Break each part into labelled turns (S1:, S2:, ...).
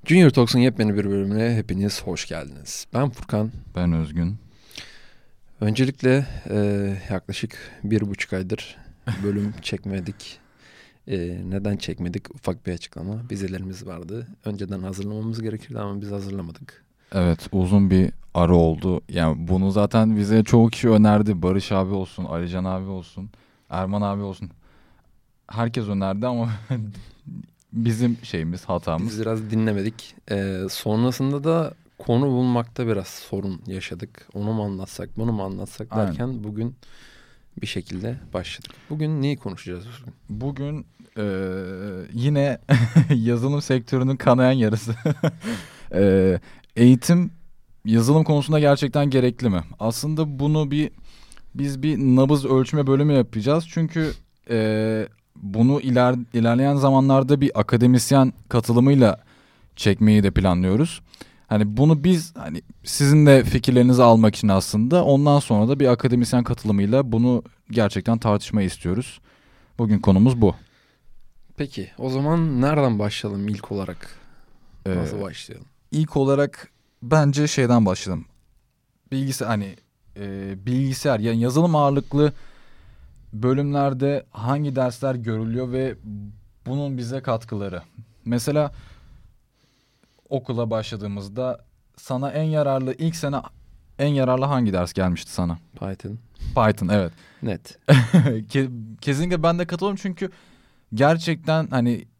S1: Junior Talks'un yepyeni bir bölümüne hepiniz hoş geldiniz. Ben Furkan.
S2: Ben Özgün.
S1: Öncelikle yaklaşık 1,5 aydır bölüm çekmedik. Neden çekmedik? Ufak bir açıklama. Vizelerimiz vardı. Önceden hazırlamamız gerekirdi ama biz hazırlamadık.
S2: Evet, uzun bir ara oldu. Yani bunu zaten bize çoğu kişi önerdi. Barış abi olsun, Alican abi olsun, Erman abi olsun. Herkes önerdi ama bizim hatamız.
S1: Biz biraz dinlemedik. Sonrasında da konu bulmakta biraz sorun yaşadık. Onu mu anlatsak, bunu mu anlatsak derken
S2: Aynen.
S1: bugün bir şekilde başladık. Bugün neyi konuşacağız?
S2: Bugün yine yazılım sektörünün kanayan yarısı. Eğitim yazılım konusunda gerçekten gerekli mi? Aslında bunu biz bir nabız ölçme bölümü yapacağız. Çünkü bunu ilerleyen zamanlarda bir akademisyen katılımıyla çekmeyi de planlıyoruz. Hani bunu biz sizin de fikirlerinizi almak için aslında ondan sonra da bir akademisyen katılımıyla bunu gerçekten tartışmayı istiyoruz. Bugün konumuz bu.
S1: Peki o zaman nereden başlayalım ilk olarak? Nasıl başlayalım?
S2: İlk olarak bence şeyden başlayalım. Bilgisayar yani yazılım ağırlıklı bölümlerde hangi dersler görülüyor ve bunun bize katkıları. Mesela okula başladığımızda sana ilk sene en yararlı hangi ders gelmişti sana?
S1: Python,
S2: evet.
S1: Net.
S2: Kesinlikle ben de katılıyorum çünkü gerçekten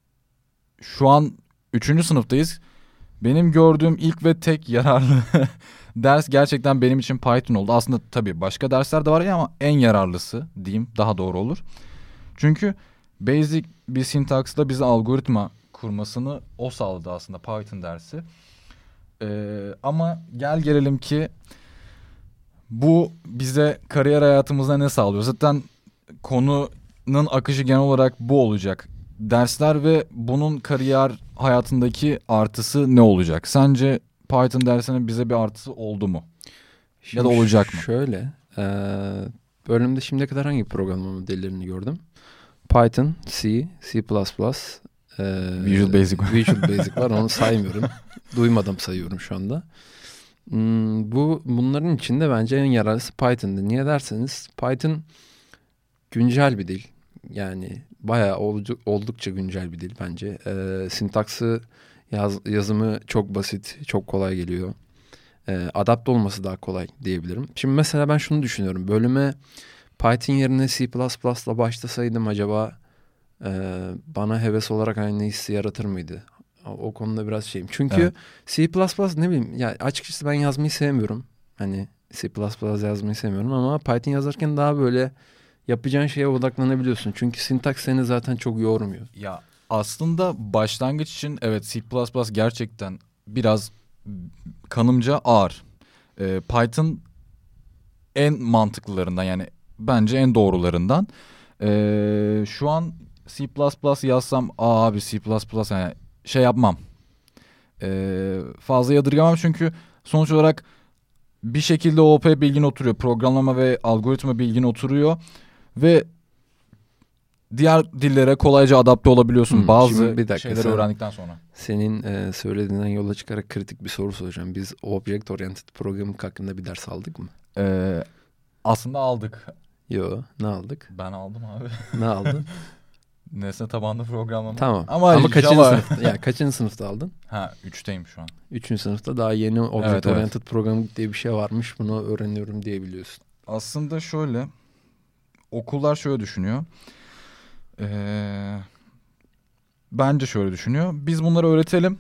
S2: şu an 3. sınıftayız. Benim gördüğüm ilk ve tek yararlı ders gerçekten benim için Python oldu. Aslında tabii başka dersler de var ya ama en yararlısı diyeyim daha doğru olur. Çünkü basic bir sintaksla bize algoritma kurmasını o sağladı aslında Python dersi. Ama gelelim ki bu bize kariyer hayatımızda ne sağlıyor? Zaten konunun akışı genel olarak bu olacak. Dersler ve bunun kariyer hayatındaki artısı ne olacak? Sence Python dersinin bize bir artısı oldu mu? Ya da olacak mı?
S1: Şöyle, bölümde şimdiye kadar hangi programlama dillerini gördüm? Python, C, C++,
S2: Visual Basic.
S1: Visual Basic var, onu saymıyorum. Duymadım sayıyorum şu anda. Bunların içinde bence en yararlısı Python'dı. Niye derseniz Python güncel bir dil. Yani bayağı oldukça güncel bir dil bence. Sintaksı, yazımı çok basit, çok kolay geliyor. Adapte olması daha kolay diyebilirim. Şimdi mesela ben şunu düşünüyorum. Bölüme Python yerine C++'la başlasaydım acaba bana heves olarak aynı hissi yaratır mıydı? O konuda biraz şeyim. Çünkü evet. C++ ne bileyim ya açıkçası ben yazmayı sevmiyorum. Hani C++ yazmayı sevmiyorum ama Python yazarken daha böyle yapacağın şeye odaklanabiliyorsun. Çünkü sintaks seni zaten çok yormuyor.
S2: Ya aslında başlangıç için evet C++ gerçekten biraz kanımca ağır. Python en mantıklılarından yani bence en doğrularından. Şu an C++ yazsam abi C++ yani şey yapmam. Fazla yadırgamam çünkü sonuç olarak bir şekilde OOP bilgin oturuyor. Programlama ve algoritma bilgin oturuyor ve diğer dillere kolayca adapte olabiliyorsun bazı şeyleri öğrendikten sonra.
S1: Senin söylediğinden yola çıkarak kritik bir soru soracağım. Biz Object Oriented Programming hakkında bir ders aldık mı?
S2: Aslında aldık.
S1: Yo, ne aldık?
S2: Ben aldım abi.
S1: Ne aldın?
S2: Nesne tabanlı programlama.
S1: Tamam. Ama kaçıncı sınıfta? Ya kaçıncı sınıfta aldın?
S2: 3'teyim şu an.
S1: 3. sınıfta daha yeni Object Oriented Programming diye bir şey varmış. Bunu öğreniyorum diyebiliyorsun.
S2: Aslında şöyle. Okullar şöyle düşünüyor. Bence şöyle düşünüyor. Biz bunları öğretelim.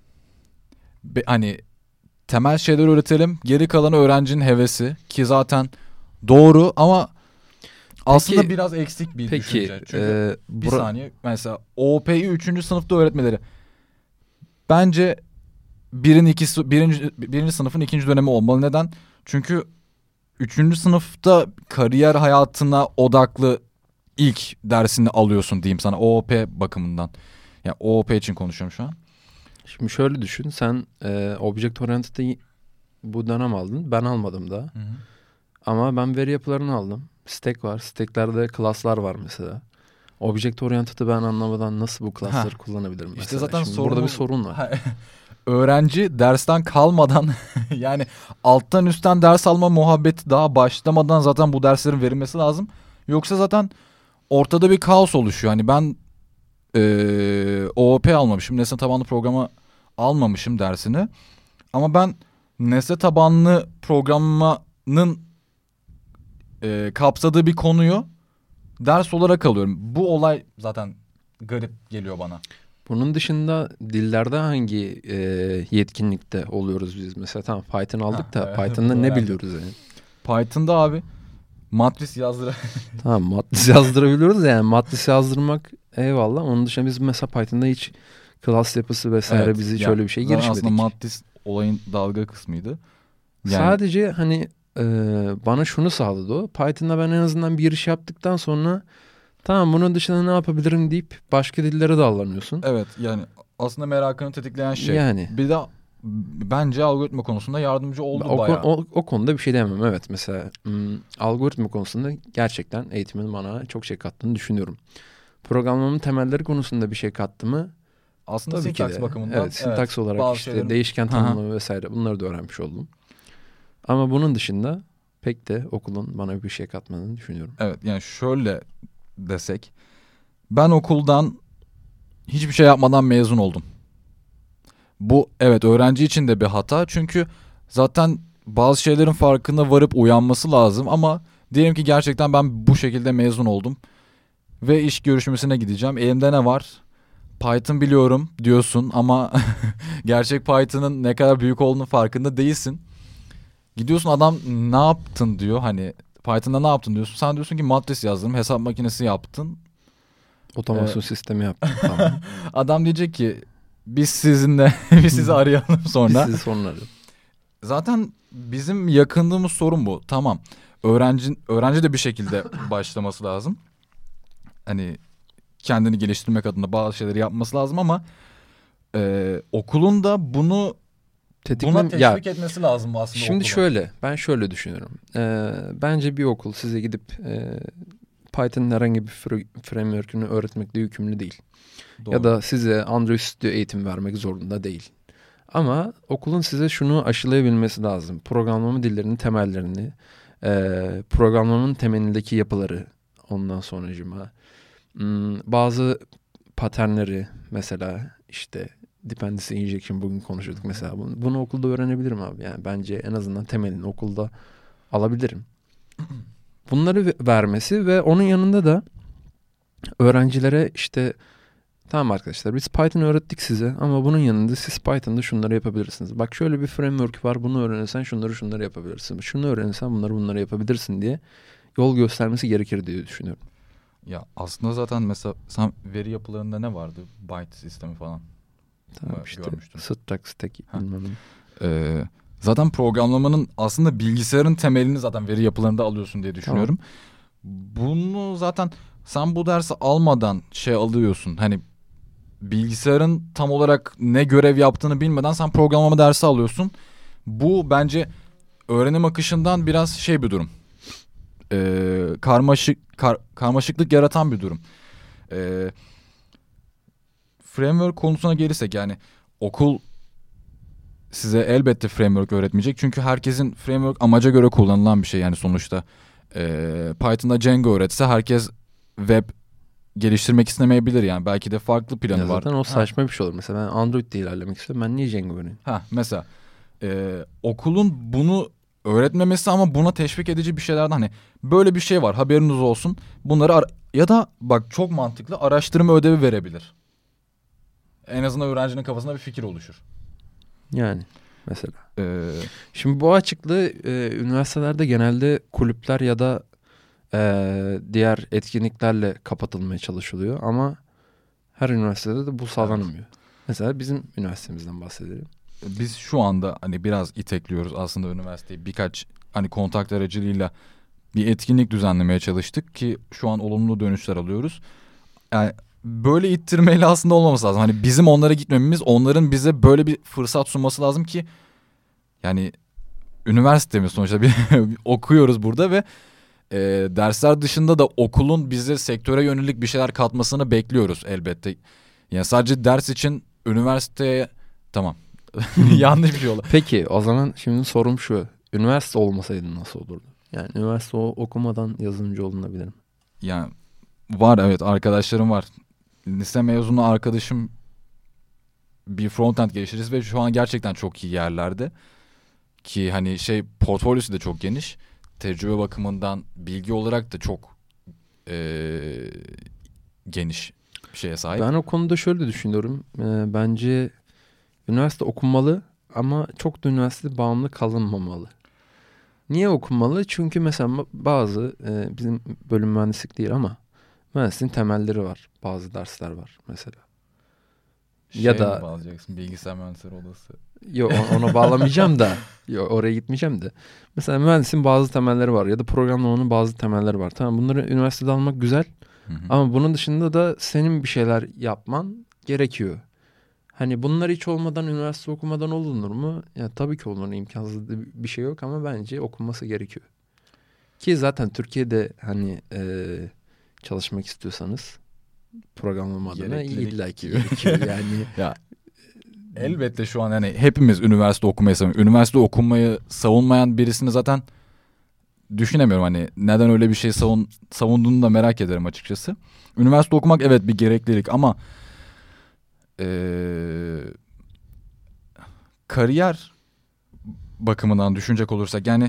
S2: Temel şeyler öğretelim. Geri kalanı öğrencinin hevesi. Ki zaten doğru ama aslında biraz eksik bir düşünce. Çünkü bir saniye. Mesela OOP'yi 3. sınıfta öğretmeleri. Bence birinci sınıfın 2. dönemi olmalı. Neden? Çünkü 3. sınıfta kariyer hayatına odaklı ilk dersini alıyorsun diyeyim sana OOP bakımından. Yani OOP için konuşuyorum şu an.
S1: Şimdi şöyle düşün. Sen Object Oriented'ı bu dönem aldın. Ben almadım da. Hı-hı. Ama ben veri yapılarını aldım. Stack var. Stacklerde class'lar var mesela. Object Oriented'ı ben anlamadan nasıl bu class'ları kullanabilirim mesela?
S2: İşte zaten
S1: burada bir sorun var.
S2: öğrenci dersten kalmadan yani alttan üstten ders alma muhabbeti daha başlamadan zaten bu derslerin verilmesi lazım. Yoksa zaten ortada bir kaos oluşuyor. Hani ben OOP almamışım. Nesne tabanlı programa almamışım dersini. Ama ben nesne tabanlı programlamanın kapsadığı bir konuyu ders olarak alıyorum. Bu olay zaten garip geliyor bana.
S1: Bunun dışında dillerde hangi yetkinlikte oluyoruz biz? Mesela tamam Python aldık da Python'da ne biliyoruz yani?
S2: Python'da abi matris
S1: Tamam matris yazdırabiliyoruz yani matris yazdırmak eyvallah. Onun dışında biz mesela Python'da hiç class yapısı vesaire biz hiç öyle bir şey girişmedik.
S2: Aslında matris olayın dalga kısmıydı.
S1: Yani... Sadece hani bana şunu sağladı o. Python'da ben en azından bir giriş yaptıktan sonra tamam bunun dışında ne yapabilirim deyip başka dillere dallanıyorsun.
S2: Evet yani aslında merakını tetikleyen şey.
S1: Yani.
S2: Bir de bence algoritma konusunda yardımcı oldu bayağı.
S1: O konuda bir şey diyemem. Evet mesela algoritma konusunda gerçekten eğitimin bana çok şey kattığını düşünüyorum. Programlamanın temelleri konusunda bir şey kattı mı?
S2: Aslında sintaks bakımından.
S1: Evet sintaks olarak işte şeylerin... değişken tanımlama vesaire bunları da öğrenmiş oldum. Ama bunun dışında pek de okulun bana bir şey katmadığını düşünüyorum.
S2: Evet yani şöyle desek. Ben okuldan hiçbir şey yapmadan mezun oldum. Bu evet öğrenci için de bir hata. Çünkü zaten bazı şeylerin farkına varıp uyanması lazım. Ama diyelim ki gerçekten ben bu şekilde mezun oldum. Ve iş görüşmesine gideceğim. Elimde ne var? Python biliyorum diyorsun ama gerçek Python'ın ne kadar büyük olduğunu farkında değilsin. Gidiyorsun adam ne yaptın diyor. Hani Python'da ne yaptın diyorsun. Sen diyorsun ki matris yazdım, hesap makinesi yaptın.
S1: Otomasyon sistemi yaptın. Tamam.
S2: Adam diyecek ki biz sizi arayalım sonra.
S1: Biz sizi sonra arayalım.
S2: Zaten bizim yakındığımız sorun bu. Tamam. Öğrenci de bir şekilde başlaması lazım. Hani kendini geliştirmek adına bazı şeyleri yapması lazım ama okulun da buna teşvik etmesi lazım aslında.
S1: Şimdi ben şöyle düşünüyorum. Bence bir okul size gidip Python'ın herhangi bir framework'ünü öğretmekle yükümlü değil. Doğru. Ya da size Android Studio eğitim vermek zorunda değil. Ama okulun size şunu aşılayabilmesi lazım. Programlama dillerinin temellerini, programlamanın temelindeki yapıları, ondan sonracığıma bazı paternleri, mesela işte dependency injection bugün konuşuyorduk mesela. Bunu okulda öğrenebilirim abi. Yani bence en azından temelini okulda alabilirim. Bunları vermesi ve onun yanında da öğrencilere işte tamam arkadaşlar biz Python öğrettik size ama bunun yanında siz Python'da şunları yapabilirsiniz. Bak şöyle bir framework var, bunu öğrenirsen şunları yapabilirsin. Şunu öğrenirsen bunları yapabilirsin diye yol göstermesi gerekir diye düşünüyorum.
S2: Ya aslında zaten mesela sen veri yapılarında ne vardı? Byte sistemi falan.
S1: Tamam işte struct, stack
S2: zaten programlamanın aslında bilgisayarın temelini zaten veri yapılarında alıyorsun diye düşünüyorum. Tamam. Bunu zaten sen bu dersi almadan alıyorsun. Hani bilgisayarın tam olarak ne görev yaptığını bilmeden sen programlama dersi alıyorsun. Bu bence öğrenim akışından biraz bir durum. Karmaşıklık yaratan bir durum. Framework konusuna gelirsek yani okul size elbette framework öğretmeyecek. Çünkü herkesin framework amaca göre kullanılan bir şey yani sonuçta. Python'da Django öğretse herkes web geliştirmek istemeyebilir yani. Belki de farklı planı var.
S1: Zaten o saçma bir şey olur. Mesela ben Android'de ilerlemek istiyorum. Ben niye Django öğreneyim?
S2: Mesela okulun bunu öğretmemesi ama buna teşvik edici bir şeylerden hani böyle bir şey var haberiniz olsun. Bunları ya da bak çok mantıklı araştırma ödevi verebilir. En azından öğrencinin kafasında bir fikir oluşur.
S1: Yani mesela. Şimdi bu açıklığı üniversitelerde genelde kulüpler ya da diğer etkinliklerle kapatılmaya çalışılıyor. Ama her üniversitede de bu sağlanamıyor. Evet. Mesela bizim üniversitemizden bahsedelim.
S2: Biz şu anda hani biraz itekliyoruz aslında üniversiteyi. Birkaç hani kontak aracılığıyla bir etkinlik düzenlemeye çalıştık ki şu an olumlu dönüşler alıyoruz. Yani böyle ittirmeyle aslında olmaması lazım. Hani bizim onlara gitmememiz, onların bize böyle bir fırsat sunması lazım ki yani üniversitemiz sonuçta bir okuyoruz burada ve dersler dışında da okulun bize sektöre yönelik bir şeyler katmasını bekliyoruz elbette. Yani sadece ders için üniversiteye tamam yanlış bir şey oldu.
S1: Peki o zaman şimdi sorum şu. Üniversite olmasaydı nasıl olurdu? Yani üniversite okumadan yazılımcı olunabilir mi?
S2: Yani var, evet, arkadaşlarım var. Lise mezunu arkadaşım bir frontend geliştiricisi ve şu an gerçekten çok iyi yerlerde. Ki hani portfolyosu da çok geniş. Tecrübe bakımından bilgi olarak da çok geniş bir şeye sahip.
S1: Ben o konuda şöyle düşünüyorum. Bence üniversite okunmalı ama çok da üniversite bağımlı kalınmamalı. Niye okunmalı? Çünkü mesela bazı bizim bölüm mühendislik değil ama mühendisliğin temelleri var. Bazı dersler var mesela. Ya da
S2: bağlayacaksın, bilgisayar mühendisleri odası.
S1: yok ona bağlamayacağım da. Yok oraya gitmeyeceğim de. Mesela mühendisliğin bazı temelleri var ya da programlamanın bazı temelleri var. Tamam bunları üniversitede almak güzel. Ama bunun dışında da senin bir şeyler yapman gerekiyor. Hani bunlar hiç olmadan üniversite okumadan olunur mu? Ya tabii ki olur. İmkansız bir şey yok ama bence okunması gerekiyor. Ki zaten Türkiye'de hani çalışmak istiyorsanız programlama adına illaki gerekiyor. Yani
S2: ya elbette şu an hani hepimiz üniversite okumayı savunuyoruz. Üniversite okumayı savunmayan birisini zaten düşünemiyorum. Hani neden öyle bir şey savunduğunu da merak ederim açıkçası. Üniversite okumak evet bir gereklilik ama kariyer bakımından düşünecek olursak yani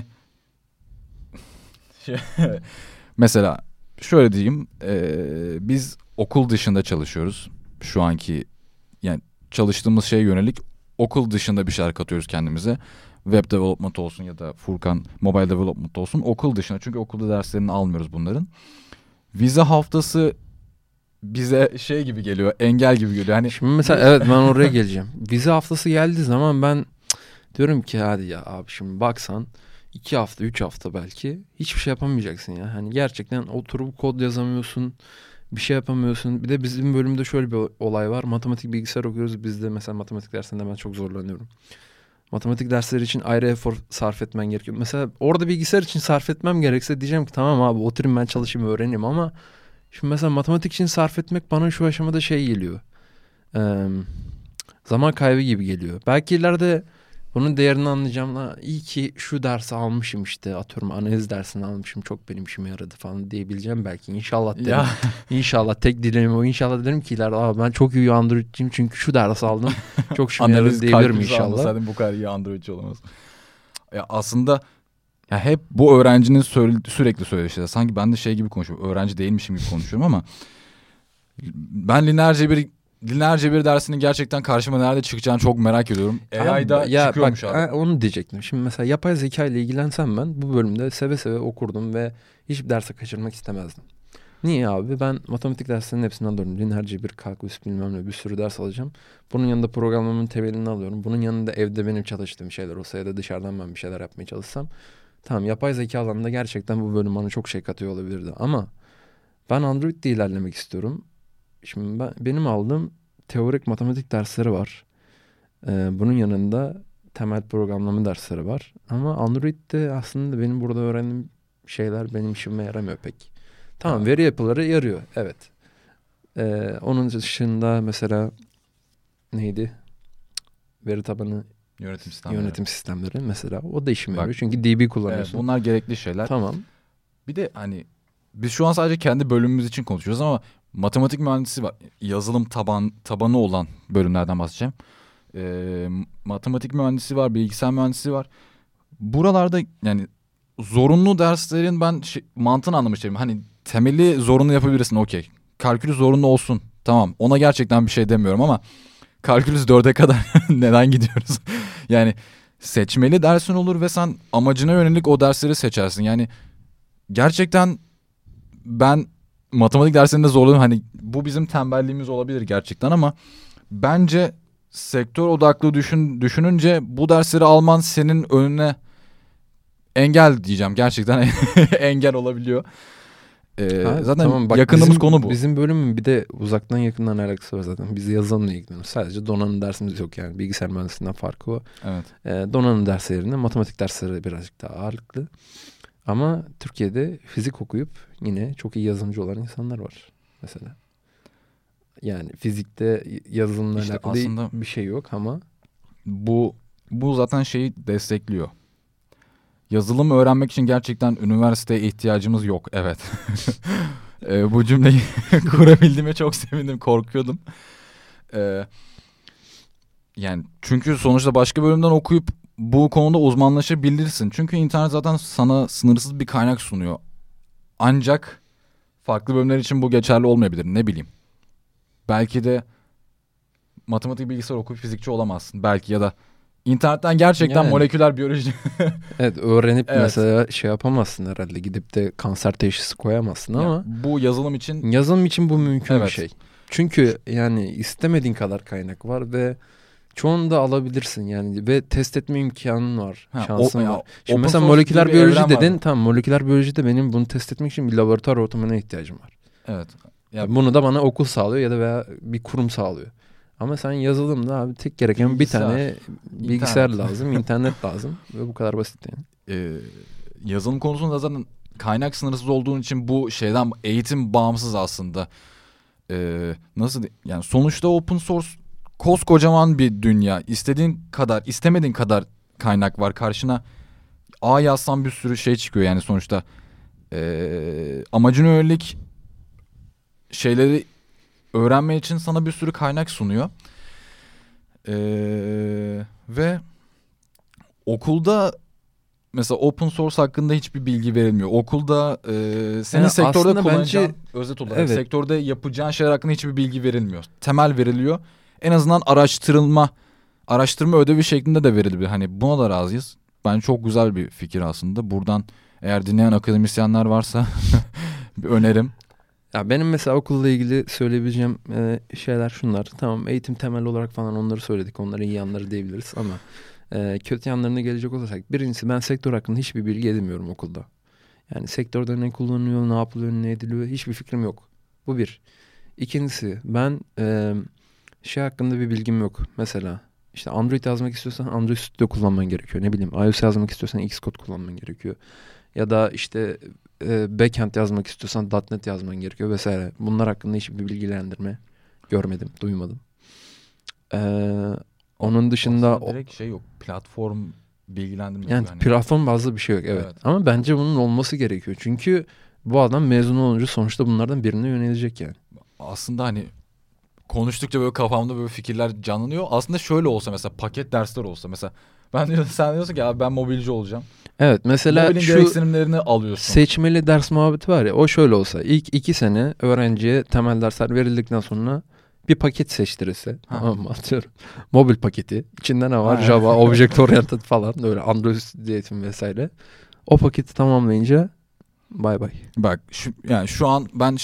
S2: mesela şöyle diyeyim, biz okul dışında çalışıyoruz. Şu anki yani çalıştığımız şeye yönelik okul dışında bir şeyler katıyoruz kendimize. Web development olsun ya da Furkan mobile development olsun, okul dışında. Çünkü okulda derslerini almıyoruz bunların. Vize haftası bize gibi geliyor, engel gibi geliyor. Hani
S1: şimdi mesela evet ben oraya geleceğim. Vize haftası geldiği zaman ben diyorum ki hadi ya abi şimdi baksan 2 hafta 3 hafta belki hiçbir şey yapamayacaksın ya. Hani gerçekten oturup kod yazamıyorsun. Bir şey yapamıyorsun. Bir de bizim bölümde şöyle bir olay var. Matematik bilgisayar okuyoruz. Biz de mesela matematik dersinde ben çok zorlanıyorum. Matematik dersleri için ayrı efor sarf etmen gerekiyor. Mesela orada bilgisayar için sarf etmem gerekse diyeceğim ki tamam abi oturayım ben çalışayım öğreneyim ama şimdi mesela matematik için sarf etmek bana şu aşamada geliyor. Zaman kaybı gibi geliyor. Belki ileride bunun değerini anlayacağım. İyi ki şu dersi almışım işte atıyorum analiz dersini almışım çok benim işime yaradı falan diyebileceğim belki. İnşallah derim.
S2: ya
S1: İnşallah tek dileğim o. İnşallah derim ki ileride ben çok iyi Android'ciyim çünkü şu dersi aldım. Çok işime yaradı diyebilirim inşallah.
S2: Zaten bu kadar iyi Android'ci olamaz. Ya aslında ya hep bu öğrencinin sürekli söylediği şeyler. Sanki ben de gibi konuşuyorum. Öğrenci değilmişim gibi konuşuyorum ama ben lineer bir dersinin gerçekten karşıma nerede çıkacağını çok merak ediyorum. AI'da çıkıyormuş abi.
S1: Onu diyecektim. Şimdi mesela yapay zeka ile ilgilensem ben bu bölümde seve seve okurdum ve hiçbir dersi kaçırmak istemezdim. Niye abi? Ben matematik derslerinin hepsini alıyorum. Lineer cebir, kalkülüs bilmem ne bir sürü ders alacağım. Bunun yanında programlamanın temelini alıyorum. Bunun yanında evde benim çalıştığım şeyler olsa ya da dışarıdan ben bir şeyler yapmaya çalışsam. Tamam yapay zeka alanında gerçekten bu bölüm bana çok şey katıyor olabilirdi. Ama ben Android'de ilerlemek istiyorum. Şimdi benim aldığım teorik matematik dersleri var. Bunun yanında temel programlama dersleri var. Ama Android'de aslında benim burada öğrendiğim şeyler benim işime yaramıyor pek. Tamam veri yapıları yarıyor. Evet. Onun dışında mesela neydi? Veri tabanı yönetim sistemleri mesela. O da işime yarıyor. Çünkü DB kullanıyorsun.
S2: Evet, bunlar gerekli şeyler.
S1: Tamam.
S2: Bir de hani biz şu an sadece kendi bölümümüz için konuşuyoruz ama matematik mühendisi var. Yazılım tabanı olan bölümlerden bahsedeceğim. Matematik mühendisi var, bilgisayar mühendisi var. Buralarda yani zorunlu derslerin ben mantığını anlamıştım. Hani temeli zorunlu yapabilirsin, okey. Kalkülüs zorunlu olsun, tamam. Ona gerçekten bir şey demiyorum ama kalkülüs 4'e kadar neden gidiyoruz? Yani seçmeli dersin olur ve sen amacına yönelik o dersleri seçersin. Yani gerçekten ben matematik derslerinde zorlanıyorum. Hani bu bizim tembelliğimiz olabilir gerçekten ama bence sektör odaklı düşününce bu dersleri alman senin önüne engel diyeceğim. Gerçekten engel olabiliyor. Zaten
S1: tamam, bak,
S2: yakınımız konu bu.
S1: Bizim bölümün bir de uzaktan yakından alakası var zaten. Biz yazılımla ilgileniyoruz. Sadece donanım dersimiz yok yani. Bilgisayar mühendisliğinden farkı o.
S2: Evet.
S1: Donanım derslerinde matematik dersleri birazcık daha ağırlıklı. Ama Türkiye'de fizik okuyup yine çok iyi yazılımcı olan insanlar var mesela. Yani fizikte yazılımla alakalı
S2: aslında
S1: bir şey yok ama
S2: Bu zaten şeyi destekliyor. Yazılım öğrenmek için gerçekten üniversiteye ihtiyacımız yok. Evet. Bu cümleyi kurabildiğime çok sevindim. Korkuyordum. Yani çünkü sonuçta başka bölümden okuyup bu konuda uzmanlaşabilirsin. Çünkü internet zaten sana sınırsız bir kaynak sunuyor. Ancak farklı bölümler için bu geçerli olmayabilir. Ne bileyim. Belki de matematik bilgisayar okuyup fizikçi olamazsın. Belki ya da internetten gerçekten
S1: Yani.
S2: moleküler biyoloji...
S1: Evet, öğrenip
S2: Evet.
S1: mesela şey yapamazsın herhalde. Gidip de kanser teşhisi koyamazsın ama
S2: Yani bu yazılım için...
S1: yazılım için bu mümkün bir
S2: Evet.
S1: şey. Çünkü yani istemediğin kadar kaynak var ve çoğunu da alabilirsin yani ve test etme imkanın var, şansın var. Şimdi mesela moleküler biyoloji dedin, tamam, moleküler biyolojide benim bunu test etmek için bir laboratuvar ortamına ihtiyacım var.
S2: Evet. Ya
S1: Bunu da bana okul sağlıyor ya da veya bir kurum sağlıyor. Ama sen yazılımda abi tek gereken bir tane bilgisayar lazım, internet lazım ve bu kadar basit yani.
S2: Yazılım konusunda zaten kaynak sınırsız olduğun için bu şeyden eğitim bağımsız aslında. Yani sonuçta open source koskocaman bir dünya. İstediğin kadar, istemediğin kadar kaynak var. Karşına A yazsan bir sürü şey çıkıyor yani sonuçta. Amacına yönelik şeyleri öğrenme için sana bir sürü kaynak sunuyor. Ve okulda mesela open source hakkında hiçbir bilgi verilmiyor. Okulda senin
S1: Yani
S2: sektörde kullanacağın, özet olarak
S1: evet,
S2: sektörde yapacağın şeyler hakkında hiçbir bilgi verilmiyor. Temel veriliyor. En azından araştırma ödevi şeklinde de verilebilir. Hani buna da razıyız. Bence çok güzel bir fikir aslında. Buradan eğer dinleyen akademisyenler varsa bir önerim.
S1: Ya benim mesela okulla ilgili söyleyebileceğim şeyler şunlar. Tamam, eğitim temel olarak falan onları söyledik. Onların iyi yanları diyebiliriz ama kötü yanlarına gelecek olursak, birincisi ben sektör hakkında hiçbir bilgi edinmiyorum okulda. Yani sektörde ne kullanılıyor, ne yapılıyor, ne ediliyor hiçbir fikrim yok. Bu bir. İkincisi ben şey hakkında bir bilgim yok. Mesela işte Android yazmak istiyorsan Android Studio kullanman gerekiyor. Ne bileyim, iOS yazmak istiyorsan Xcode kullanman gerekiyor. Ya da işte backend yazmak istiyorsan .NET yazman gerekiyor vesaire. Bunlar hakkında hiçbir bilgilendirme görmedim, duymadım. Onun dışında
S2: Aslında direkt şey yok. Platform bilgilendirme
S1: yani
S2: yani.
S1: platform bazlı bir şey yok, evet. Ama bence bunun olması gerekiyor. Çünkü bu adam mezun olunca sonuçta bunlardan birine yönelecek yani.
S2: Aslında hani konuştukça böyle kafamda böyle fikirler canlanıyor. Aslında şöyle olsa mesela paket dersler olsa mesela sen diyorsun ki abi ben mobilci olacağım.
S1: Evet, mesela
S2: Mobilin
S1: şu
S2: gereksinimlerini alıyorsun.
S1: seçmeli ders muhabbeti var ya, o şöyle olsa ilk 2 sene öğrenciye temel dersler verildikten sonra bir paket seçtirirse, tamam mı, atıyorum mobil paketi, içinde ne var, Java, Object Oriented falan, öyle Android eğitim vesaire, o paketi tamamlayınca bay bay.
S2: Bak yani şu an ben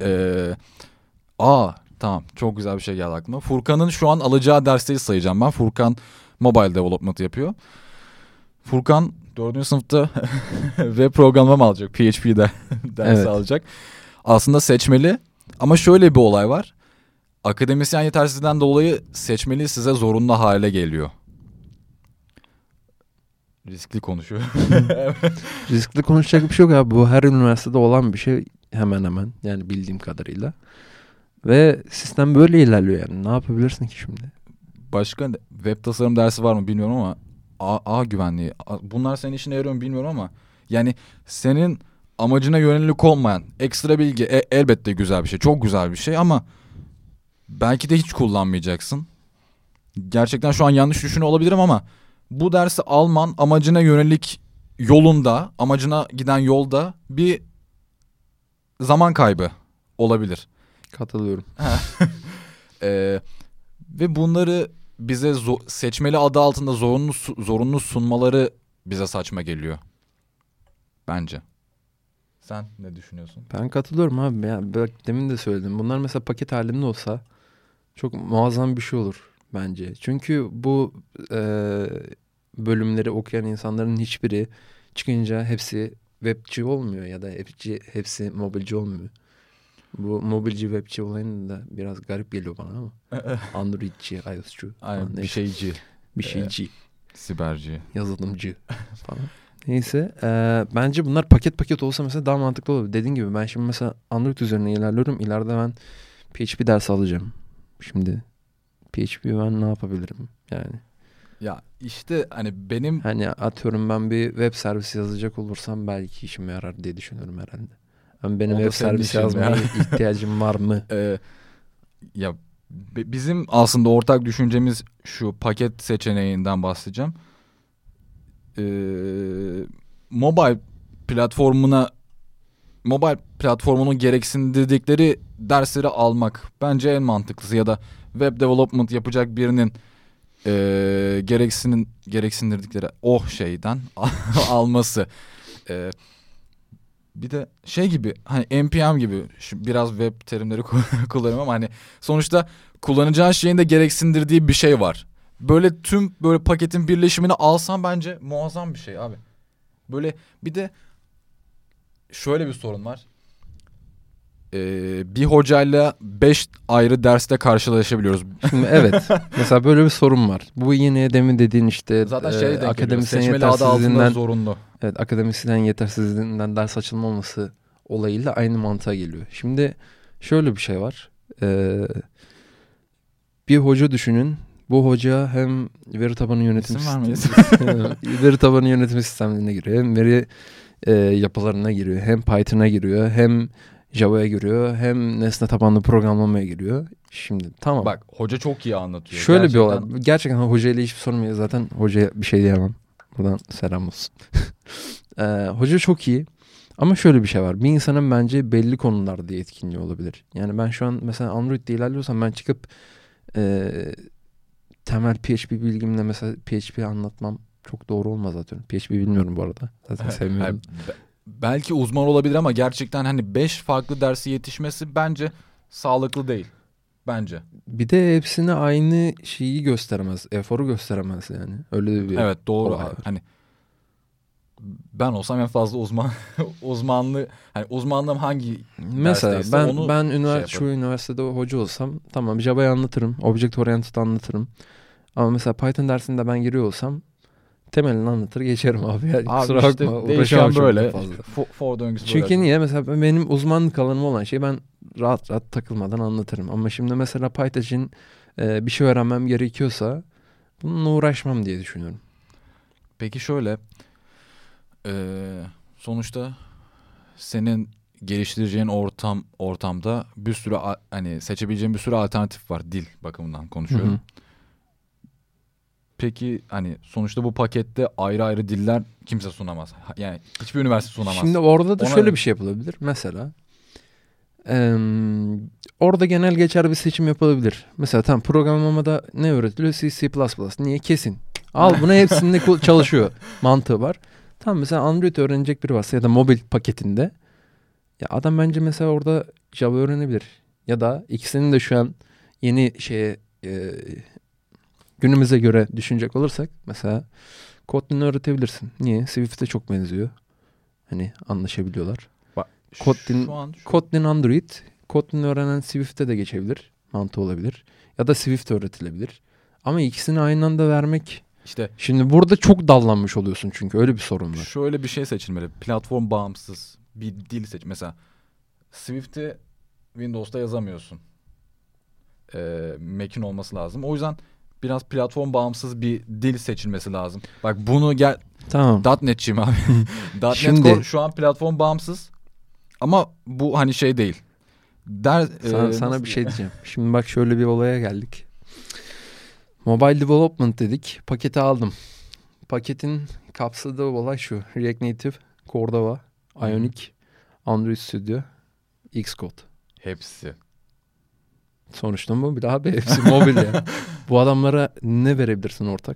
S2: tamam, çok güzel bir şey geldi aklıma. Furkan'ın şu an alacağı dersleri sayacağım ben. Furkan mobile development yapıyor. Furkan 4. sınıfta web programlama alacak. PHP'de dersi alacak. Aslında seçmeli ama şöyle bir olay var. Akademisyen yetersizliğinden dolayı seçmeli size zorunlu hale geliyor. Riskli konuşuyor.
S1: Riskli konuşacak bir şey yok abi. Bu her üniversitede olan bir şey hemen hemen. Yani bildiğim kadarıyla. Ve sistem böyle ilerliyor yani. Ne yapabilirsin ki şimdi?
S2: Başka web tasarım dersi var mı bilmiyorum ama ağ güvenliği. Bunlar senin işine yarıyor mu bilmiyorum ama yani senin amacına yönelik olmayan ekstra bilgi elbette güzel bir şey. Çok güzel bir şey ama belki de hiç kullanmayacaksın. Gerçekten şu an yanlış düşünüyor olabilirim ama bu dersi alman amacına yönelik yolunda, amacına giden yolda bir zaman kaybı olabilir.
S1: Katılıyorum.
S2: Ve bunları bize seçmeli adı altında zorunlu sunmaları bize saçma geliyor. Bence. Sen ne düşünüyorsun?
S1: Ben katılıyorum abi. Yani bak, demin de söyledim. Bunlar mesela paket halinde olsa çok muazzam bir şey olur bence. Çünkü bu bölümleri okuyan insanların hiçbiri çıkınca hepsi webci olmuyor ya da hepsi mobilci olmuyor. Bu mobilci webci olayını da biraz garip geliyor bana ama. Androidci, iOS'cu.
S2: Aynen, bir şeyci.
S1: Bir şeyci.
S2: Siberci.
S1: Yazılımcı falan. Neyse. Bence bunlar paket paket olsa mesela daha mantıklı olur. Dediğin gibi ben şimdi mesela Android üzerine ilerliyorum. İleride ben PHP dersi alacağım. Şimdi PHP ben ne yapabilirim yani?
S2: Ya işte hani benim
S1: Hani atıyorum ben bir web servisi yazacak olursam belki işime yarar diye düşünüyorum herhalde. Ama benim
S2: o da
S1: web
S2: senin
S1: servisi
S2: işin
S1: yazmaya
S2: ya.
S1: ihtiyacım var mı?
S2: Ya bizim aslında ortak düşüncemiz şu paket seçeneğinden bahsedeceğim. Mobile platformuna mobile platformunun gereksindirdikleri dersleri almak bence en mantıklısı, ya da web development yapacak birinin gereksindirdikleri şeyden alması. Eee, Bir de şey gibi, hani NPM gibi, biraz web terimleri kullanıyorum ama hani sonuçta kullanacağın şeyin de gereksindirdiği bir şey var. Böyle tüm böyle paketin birleşimini alsan bence muazzam bir şey abi. Böyle bir de şöyle bir sorun var. Bir hocayla 5 ayrı derste karşılaşabiliyoruz.
S1: Şimdi evet. Mesela böyle bir sorun var. Bu yine demin dediğin işte
S2: Zaten denk geliyor.
S1: akademisyen
S2: Seçmeli adı altında
S1: yetersizliğinden,
S2: zorunlu.
S1: evet, akademisyen yetersizliğinden ders açılmaması olayıyla aynı mantığa geliyor. Şimdi şöyle bir şey var. Bir hoca düşünün. Bu hoca hem veri tabanı yönetim
S2: İsim vermeyiz.
S1: veri tabanı yönetim sistemlerine giriyor. Hem veri yapılarına giriyor. Hem Python'a giriyor. Hem Java'ya giriyor. Hem nesne tabanlı programlamaya giriyor. Şimdi tamam.
S2: Bak hoca çok iyi anlatıyor.
S1: Şöyle
S2: Gerçekten.
S1: bir olay. Gerçekten hocayla hiçbir sorun yok. Zaten hocaya bir şey diyemem. Buradan selam olsun. Hoca çok iyi. Ama şöyle bir şey var. Bir insanın bence belli konularda etkinliği olabilir. Yani ben şu an mesela Android'de ilerliyorsam ben çıkıp temel PHP bilgimle mesela PHP anlatmam çok doğru olmaz zaten. PHP bilmiyorum bu arada. Zaten sevmiyorum.
S2: Yani belki uzman olabilir ama gerçekten hani 5 farklı dersi yetişmesi bence sağlıklı değil. Bence.
S1: Bir de hepsine aynı şeyi gösteremez. Eforu gösteremez yani. Öyle de bir
S2: Evet doğru.
S1: olay var.
S2: Hani ben olsam en fazla hani uzmanlığım hangi
S1: Mesela
S2: dersteyse onu
S1: ben
S2: şey
S1: şu
S2: yaparım.
S1: üniversitede hoca olsam tamam Java'yı anlatırım. Object Oriented anlatırım. Ama mesela Python dersinde ben giriyor olsam temelini anlatır geçerim abi. Yani
S2: Abi
S1: kusura
S2: işte
S1: bakma
S2: değişen
S1: uğraşamam çok da
S2: böyle.
S1: fazla.
S2: For döngüsü böyle.
S1: Çünkü niye? Mesela benim uzmanlık alanım olan şeyi ben rahat rahat takılmadan anlatırım. Ama şimdi mesela Python için bir şey öğrenmem gerekiyorsa bununla uğraşmam diye düşünüyorum.
S2: Peki şöyle. Sonuçta senin geliştireceğin ortamda bir sürü hani seçebileceğin bir sürü alternatif var, dil bakımından konuşuyorum.
S1: Hı hı.
S2: Peki hani sonuçta bu pakette ayrı ayrı diller kimse sunamaz. Yani hiçbir üniversite sunamaz.
S1: Şimdi orada da
S2: Ona-
S1: şöyle bir şey yapılabilir. Mesela orada genel geçer bir seçim yapılabilir. Mesela tam programlamada ne öğretiliyor? C, C++. Niye? Kesin. Al bunu hepsinde çalışıyor mantığı var. Tam mesela Android öğrenecek biri varsa ya da mobil paketinde ya adam bence mesela orada Java öğrenebilir. Ya da ikisinin de şu an yeni günümüze göre düşünecek olursak mesela Kotlin öğretebilirsin. Niye? Swift'e çok benziyor. Hani anlaşabiliyorlar.
S2: Bak,
S1: Kotlin,
S2: şu an
S1: Kotlin Android, Kotlin öğrenen Swift'e de geçebilir. Mantığı olabilir. Ya da Swift öğretilebilir. Ama ikisini aynı anda vermek...
S2: işte
S1: Şimdi burada çok dallanmış oluyorsun çünkü öyle bir sorun var.
S2: şöyle bir şey seçilmeli. Platform bağımsız bir dil seç. Mesela Swift'i Windows'ta yazamıyorsun. Mac'in olması lazım. O yüzden biraz platform bağımsız bir dil seçilmesi lazım. Bak bunu
S1: Tamam.
S2: .NET'çiyim abi. .NET
S1: Şimdi-
S2: Core şu an platform bağımsız. Ama bu hani şey değil.
S1: Sana
S2: nasıl
S1: bir şey diyeceğim. Şimdi bak şöyle bir olaya geldik. Mobile Development dedik. Paketi aldım. Paketin kapsadığı olay şu. React Native, Cordova,
S2: Hı.
S1: Ionic, Android Studio, Xcode.
S2: Hepsi.
S1: Sonuçta mobil abi. Hepsi mobil ya. Bu adamlara ne verebilirsin ortak?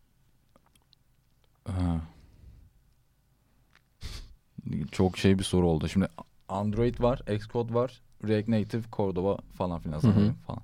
S2: Ha. Çok şey bir soru oldu. Şimdi Android var, Xcode var, React Native, Cordova falan filan sanırım falan.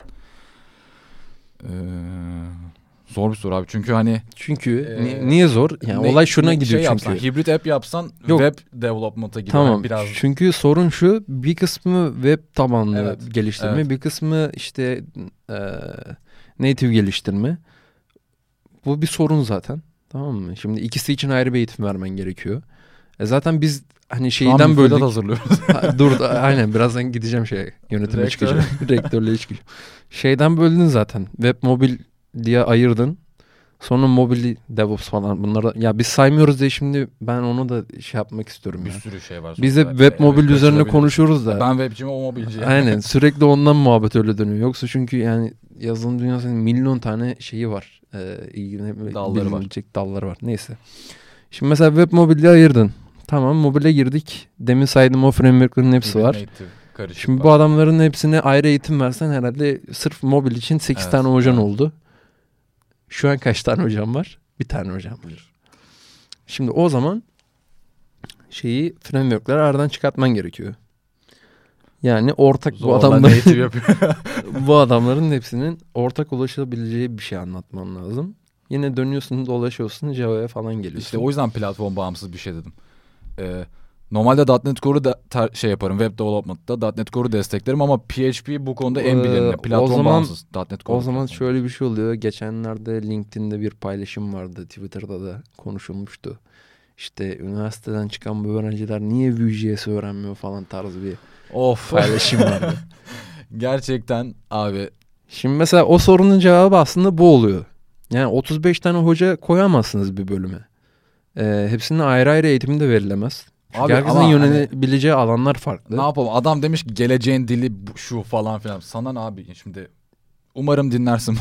S2: Zor bir soru abi. Çünkü hani
S1: Çünkü niye zor? Yani olay şuna gidiyor
S2: şey
S1: çünkü.
S2: yapsan, hibrit app yapsan
S1: Yok.
S2: web development'a gidiyor.
S1: Tamam.
S2: Yani biraz
S1: Çünkü sorun şu. Bir kısmı web tabanlı
S2: Evet,
S1: geliştirme.
S2: evet.
S1: Bir kısmı işte native geliştirme. Bu bir sorun zaten. Tamam mı? Şimdi ikisi için ayrı bir eğitim vermen gerekiyor. Zaten biz hani
S2: şu an
S1: şeyden
S2: müfredat
S1: böldük.
S2: hazırlıyoruz.
S1: Dur aynen birazdan gideceğim yönetime
S2: Rektör.
S1: çıkacağım. Rektörle çıkacağım. Şeyden böldün zaten. Web mobil diye ayırdın. Sonra mobil DevOps falan bunları ya biz saymıyoruz diye şimdi ben onu da şey yapmak istiyorum
S2: Bir
S1: ya.
S2: sürü şey var.
S1: Biz de
S2: sonuçta.
S1: web mobil üzerine
S2: kaçırılabilir.
S1: konuşuyoruz da.
S2: Ben webciyim, o mobilci.
S1: Aynen sürekli ondan muhabbet öyle dönüyor. Yoksa çünkü yani yazılım dünyasının milyon tane şeyi var. Bilinebilecek dalları var. Neyse. Şimdi mesela web mobili ayırdın. Tamam mobile girdik. Demin saydığım o framework'ların hepsi var. Şimdi bu adamların hepsine ayrı eğitim versen herhalde sırf mobil için 8 tane hocan oldu. Şu an kaç tane hocam var? Bir tane hocam var. Şimdi o zaman framework'ları aradan çıkartman gerekiyor. Yani ortak bu adamların hepsinin ortak ulaşabileceği bir şey anlatman lazım. Yine dönüyorsun dolaşıyorsun Java'ya falan geliyorsun.
S2: İşte o yüzden platform bağımsız bir şey dedim. Normalde .NET Core'u da yaparım. Web Development'da .NET Core'u desteklerim ama PHP bu konuda en bilineni. Platform bağımsız. .NET Core
S1: o zaman şöyle bir şey oluyor. Geçenlerde LinkedIn'de bir paylaşım vardı. Twitter'da da konuşulmuştu. İşte üniversiteden çıkan bu öğrenciler niye Vue.js öğrenmiyor falan tarzı bir paylaşım vardı.
S2: Gerçekten abi.
S1: Şimdi mesela o sorunun cevabı aslında bu oluyor. Yani 35 tane hoca koyamazsınız bir bölüme. Hepsinin ayrı ayrı eğitimi de verilemez. Çünkü
S2: abi,
S1: herkesin yönelebileceği alanlar farklı.
S2: Ne yapalım? Adam demiş ki geleceğin dili şu falan filan. Sana ne abi? Şimdi umarım dinlersin.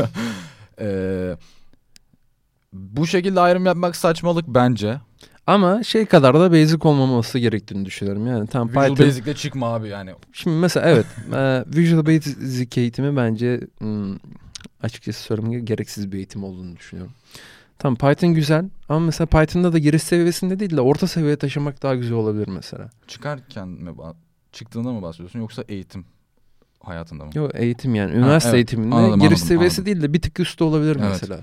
S2: Bu şekilde ayrım yapmak saçmalık bence.
S1: Ama kadar da basic olmaması gerektiğini düşünüyorum. Yani tam
S2: Visual Basic'le çıkma abi yani.
S1: Şimdi mesela evet Visual Basic eğitimi bence açıkçası söylemem gereksiz bir eğitim olduğunu düşünüyorum. Tamam Python güzel ama mesela Python'da da giriş seviyesinde değil de orta seviyeye taşımak daha güzel olabilir mesela.
S2: Çıkarken mi çıktığında mı bahsediyorsun yoksa eğitim hayatında mı?
S1: Yok eğitim yani üniversite eğitiminde giriş seviyesi değil de bir tık üstü olabilir mesela.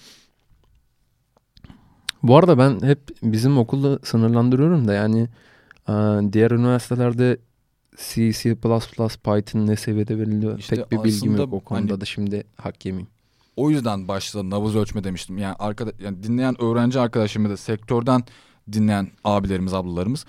S1: Bu arada ben hep bizim okulda sınırlandırıyorum da yani diğer üniversitelerde C, C++, Python ne seviyede veriliyor işte pek bir bilgim yok o konuda da şimdi hak yemeyeyim.
S2: O yüzden başta nabız ölçme demiştim. Yani dinleyen öğrenci arkadaşlarımı da sektörden dinleyen abilerimiz, ablalarımız.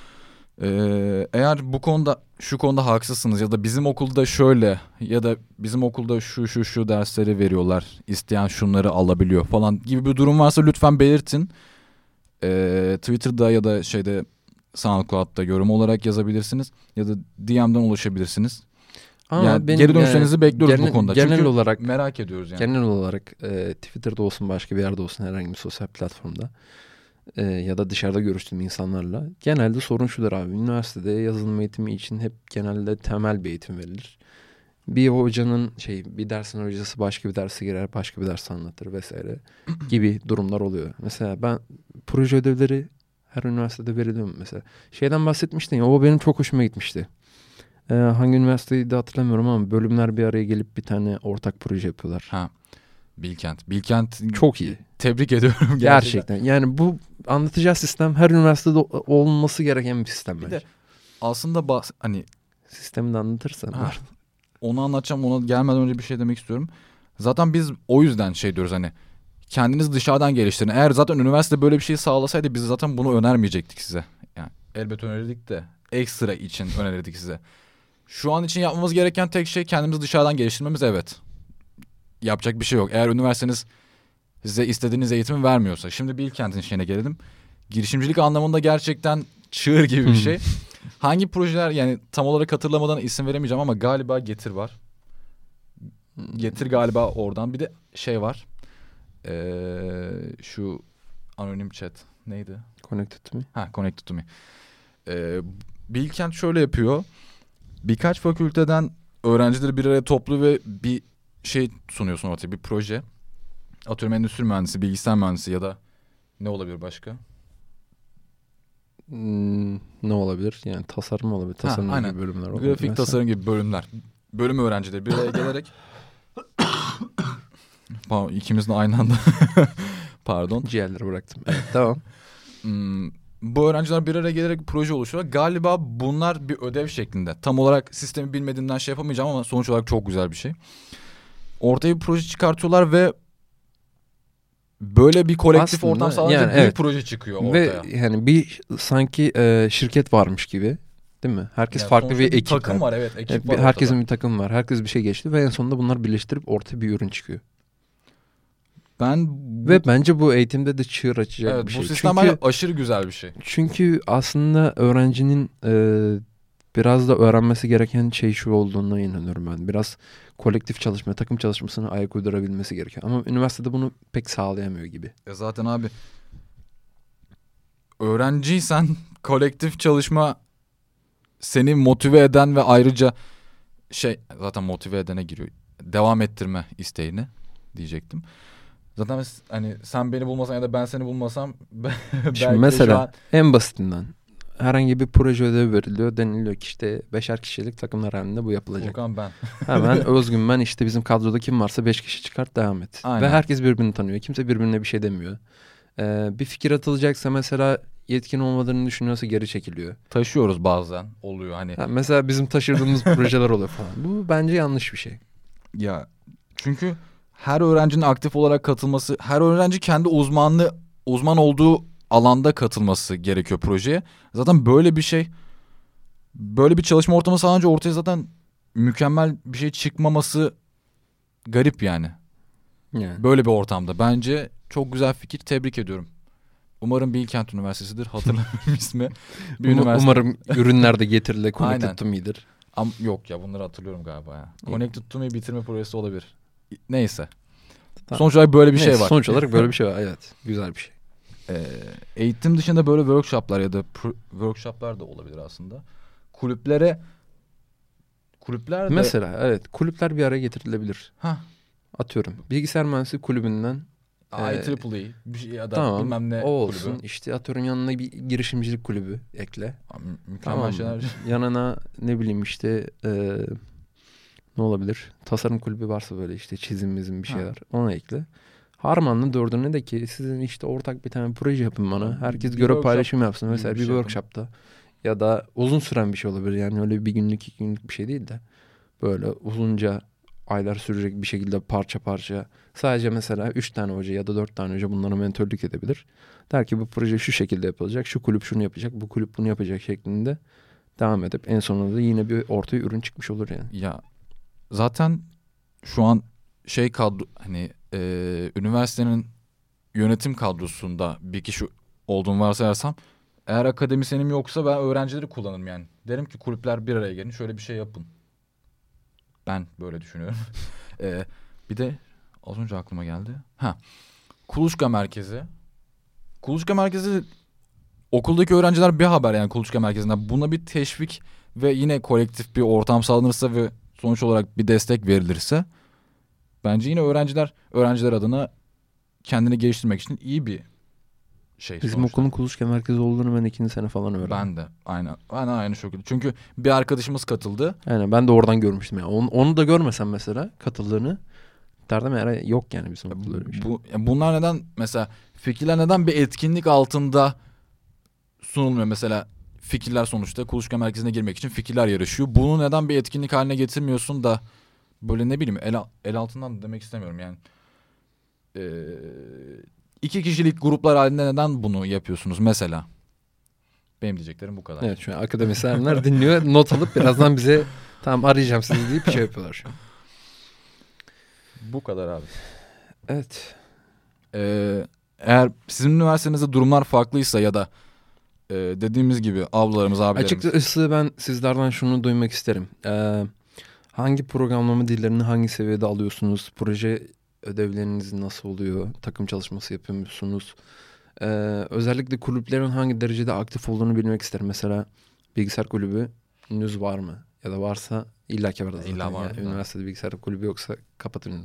S2: Eğer şu konuda haksızsınız ya da bizim okulda şöyle ya da bizim okulda şu dersleri veriyorlar. İsteyen şunları alabiliyor falan gibi bir durum varsa lütfen belirtin. Twitter'da ya da SoundCloud'da yorum olarak yazabilirsiniz ya da DM'den ulaşabilirsiniz. Ama yani geri dönüşlerinizi bekliyoruz bu konuda.
S1: Genel
S2: çünkü
S1: olarak
S2: merak ediyoruz yani.
S1: Genel olarak Twitter'da olsun başka bir yerde olsun herhangi bir sosyal platformda ya da dışarıda görüştüğüm insanlarla genelde sorun şudur abi. Üniversitede yazılım eğitimi için hep genelde temel bir eğitim verilir. Bir hocanın bir dersin hocası başka bir derse girer, başka bir ders anlatır vesaire gibi durumlar oluyor. Mesela ben proje ödevleri her üniversitede veriliyor mesela. Şeyden bahsetmiştin ya o benim çok hoşuma gitmişti. Hangi üniversiteyi de hatırlamıyorum ama bölümler bir araya gelip bir tane ortak proje yapıyorlar.
S2: Bilkent
S1: çok iyi.
S2: Tebrik ediyorum
S1: gerçekten. Yani bu anlatacağı sistem her üniversitede olması gereken bir sistem bence.
S2: Bir de aslında
S1: sistemi de anlatırsan.
S2: Onu anlatacağım. Ona gelmeden önce bir şey demek istiyorum. Zaten biz o yüzden diyoruz kendiniz dışarıdan geliştirin. Eğer zaten üniversite böyle bir şey sağlasaydı biz zaten bunu önermeyecektik size. Yani elbet önerirdik de ekstra için önerirdik size. Şu an için yapmamız gereken tek şey kendimizi dışarıdan geliştirmemiz, evet. Yapacak bir şey yok. Eğer üniversiteniz size istediğiniz eğitimi vermiyorsa. Şimdi Bilkent'in şeyine gelelim. Girişimcilik anlamında gerçekten çığır gibi bir şey. Hangi projeler yani tam olarak hatırlamadan isim veremeyeceğim ama galiba Getir var. Getir galiba oradan. Bir de var. Şu anonim chat neydi?
S1: Connected to me.
S2: Connected to me. Bilkent şöyle yapıyor. Birkaç fakülteden öğrencileri bir araya topluyor ve bir sunuyorsun ortaya, bir proje. Atıyorum endüstri mühendisi, bilgisayar mühendisi ya da ne olabilir başka?
S1: Ne olabilir? Yani tasarım olabilir. Tasarım gibi bölümler olabilir.
S2: Grafik tasarım gibi bölümler. Bölüm öğrencileri bir araya gelerek pardon, ikimiz de aynı anda pardon.
S1: Ciğerleri bıraktım. Evet, tamam.
S2: Bu öğrenciler bir araya gelerek proje oluşuyor. Galiba bunlar bir ödev şeklinde. Tam olarak sistemi bilmediğimden yapamayacağım ama sonuç olarak çok güzel bir şey. Ortaya bir proje çıkartıyorlar ve böyle bir kolektif aslında, ortam sağlayınca büyük proje çıkıyor ortaya.
S1: Ve yani bir sanki şirket varmış gibi, değil mi? Herkes farklı bir ekip
S2: takım var, evet, ekip var.
S1: Herkesin bir takım var. Herkes bir şey geçti ve en sonunda bunlar birleştirip ortaya bir ürün çıkıyor. Ve bence bu eğitimde de çığır açacak
S2: evet,
S1: bir şey.
S2: Bu sistem çünkü, aşırı güzel bir şey.
S1: Çünkü aslında öğrencinin biraz da öğrenmesi gereken şey şu olduğuna inanıyorum ben. Biraz kolektif çalışma, takım çalışmasına ayak uydurabilmesi gerekiyor. Ama üniversitede bunu pek sağlayamıyor gibi.
S2: Zaten abi öğrenciysen kolektif çalışma seni motive eden ve ayrıca zaten motive edene giriyor. Devam ettirme isteğini diyecektim. Zaten hani sen beni bulmasan ya da ben seni bulmasam
S1: Şimdi mesela en basitinden herhangi bir proje ödevi veriliyor. Deniliyor ki işte 5'er kişilik takımlar halinde bu yapılacak.
S2: Furkan ben.
S1: Hemen Özgün ben işte bizim kadroda kim varsa 5 kişi çıkart devam et.
S2: Aynen.
S1: Ve herkes birbirini tanıyor. Kimse birbirine bir şey demiyor. Bir fikir atılacaksa mesela yetkin olmadığını düşünüyorsa geri çekiliyor.
S2: Taşıyoruz bazen oluyor hani.
S1: Mesela bizim taşırdığımız projeler oluyor falan. Bu bence yanlış bir şey.
S2: Ya çünkü her öğrencinin aktif olarak katılması, her öğrenci kendi uzman olduğu alanda katılması gerekiyor projeye. Zaten böyle bir çalışma ortamı sağlanınca ortaya zaten mükemmel bir şey çıkmaması garip yani. Böyle bir ortamda. Bence çok güzel fikir. Tebrik ediyorum. Umarım Bilkent Üniversitesi'dir. Hatırlamıyorum ismi.
S1: Umarım ürünler de getirilir. Connected to Me'dir.
S2: Yok ya bunları hatırlıyorum galiba ya. Connected to Me bitirme projesi olabilir. Neyse.
S1: Tamam.
S2: Sonuç olarak böyle bir şey var.
S1: Sonuç olarak böyle bir şey var. Evet. Güzel bir şey.
S2: Eğitim dışında böyle workshoplar ya da workshoplar da olabilir aslında. Kulüpler de...
S1: Mesela evet. Kulüpler bir araya getirilebilir. Atıyorum. Bilgisayar mühendisliği kulübünden
S2: IEEE bir şey ya da
S1: tamam,
S2: bilmem ne
S1: o olsun.
S2: kulübü.
S1: İşte atıyorum yanına bir girişimcilik kulübü ekle.
S2: Mükemmel şeyler.
S1: Yanına ne bileyim işte ne olabilir? Tasarım kulübü varsa böyle işte çizim bir şeyler. Ona ekle. Harmanlı dördüne de ki sizin işte ortak bir tane proje yapın bana. Herkes göre paylaşım yapsın. Mesela bir workshopta ya da uzun süren bir şey olabilir. Yani öyle bir günlük 2 günlük bir şey değil de böyle uzunca aylar sürecek bir şekilde parça parça sadece mesela 3 tane hoca ya da 4 tane hoca bunlara mentörlük edebilir. Der ki bu proje şu şekilde yapılacak. Şu kulüp şunu yapacak. Bu kulüp bunu yapacak şeklinde devam edip en sonunda da yine bir ortaya ürün çıkmış olur yani.
S2: Ya zaten şu an kadro hani üniversitenin yönetim kadrosunda bir kişi olduğunu varsayarsam eğer akademisyenim yoksa ben öğrencileri kullanırım yani. Derim ki kulüpler bir araya gelin şöyle bir şey yapın. Ben böyle düşünüyorum. Bir de az önce aklıma geldi. Kuluçka Merkezi. Kuluçka Merkezi okuldaki öğrenciler bir haber yani Kuluçka Merkezi'nden. Buna bir teşvik ve yine kolektif bir ortam sağlanırsa ve sonuç olarak bir destek verilirse bence yine öğrenciler adına kendini geliştirmek için iyi bir şey.
S1: Bizim okulun Kuluçka Merkezi olduğunu ben 2. sene falan öğrendim.
S2: Ben de aynı şekilde. Çünkü bir arkadaşımız katıldı.
S1: Aynen ben de oradan görmüştüm yani. Onu da görmesem mesela katıldığını derdim yani yok yani bizim okulda öyle bir şey.
S2: Bunlar neden mesela fikirler neden bir etkinlik altında sunulmuyor? Mesela fikirler sonuçta Kuluçka Merkezi'ne girmek için fikirler yarışıyor. Bunu neden bir etkinlik haline getirmiyorsun da böyle ne bileyim el altından da demek istemiyorum yani. 2 kişilik gruplar halinde neden bunu yapıyorsunuz mesela? Benim diyeceklerim bu kadar.
S1: Evet şu an akademisyenler dinliyor not alıp birazdan bize tamam arayacağım sizi deyip bir şey yapıyorlar şu an.
S2: Bu kadar abi.
S1: Evet.
S2: Eğer sizin üniversitenizde durumlar farklıysa ya da dediğimiz gibi ablalarımız, abilerimiz.
S1: Açıkçası ben sizlerden şunu duymak isterim. Hangi programlama dillerini hangi seviyede alıyorsunuz? Proje ödevleriniz nasıl oluyor? Takım çalışması yapıyor musunuz? Özellikle kulüplerin hangi derecede aktif olduğunu bilmek isterim. Mesela bilgisayar kulübünüz var mı? Ya da varsa illaki var zaten.
S2: İlla var.
S1: Üniversitede bilgisayar kulübü yoksa kapatın.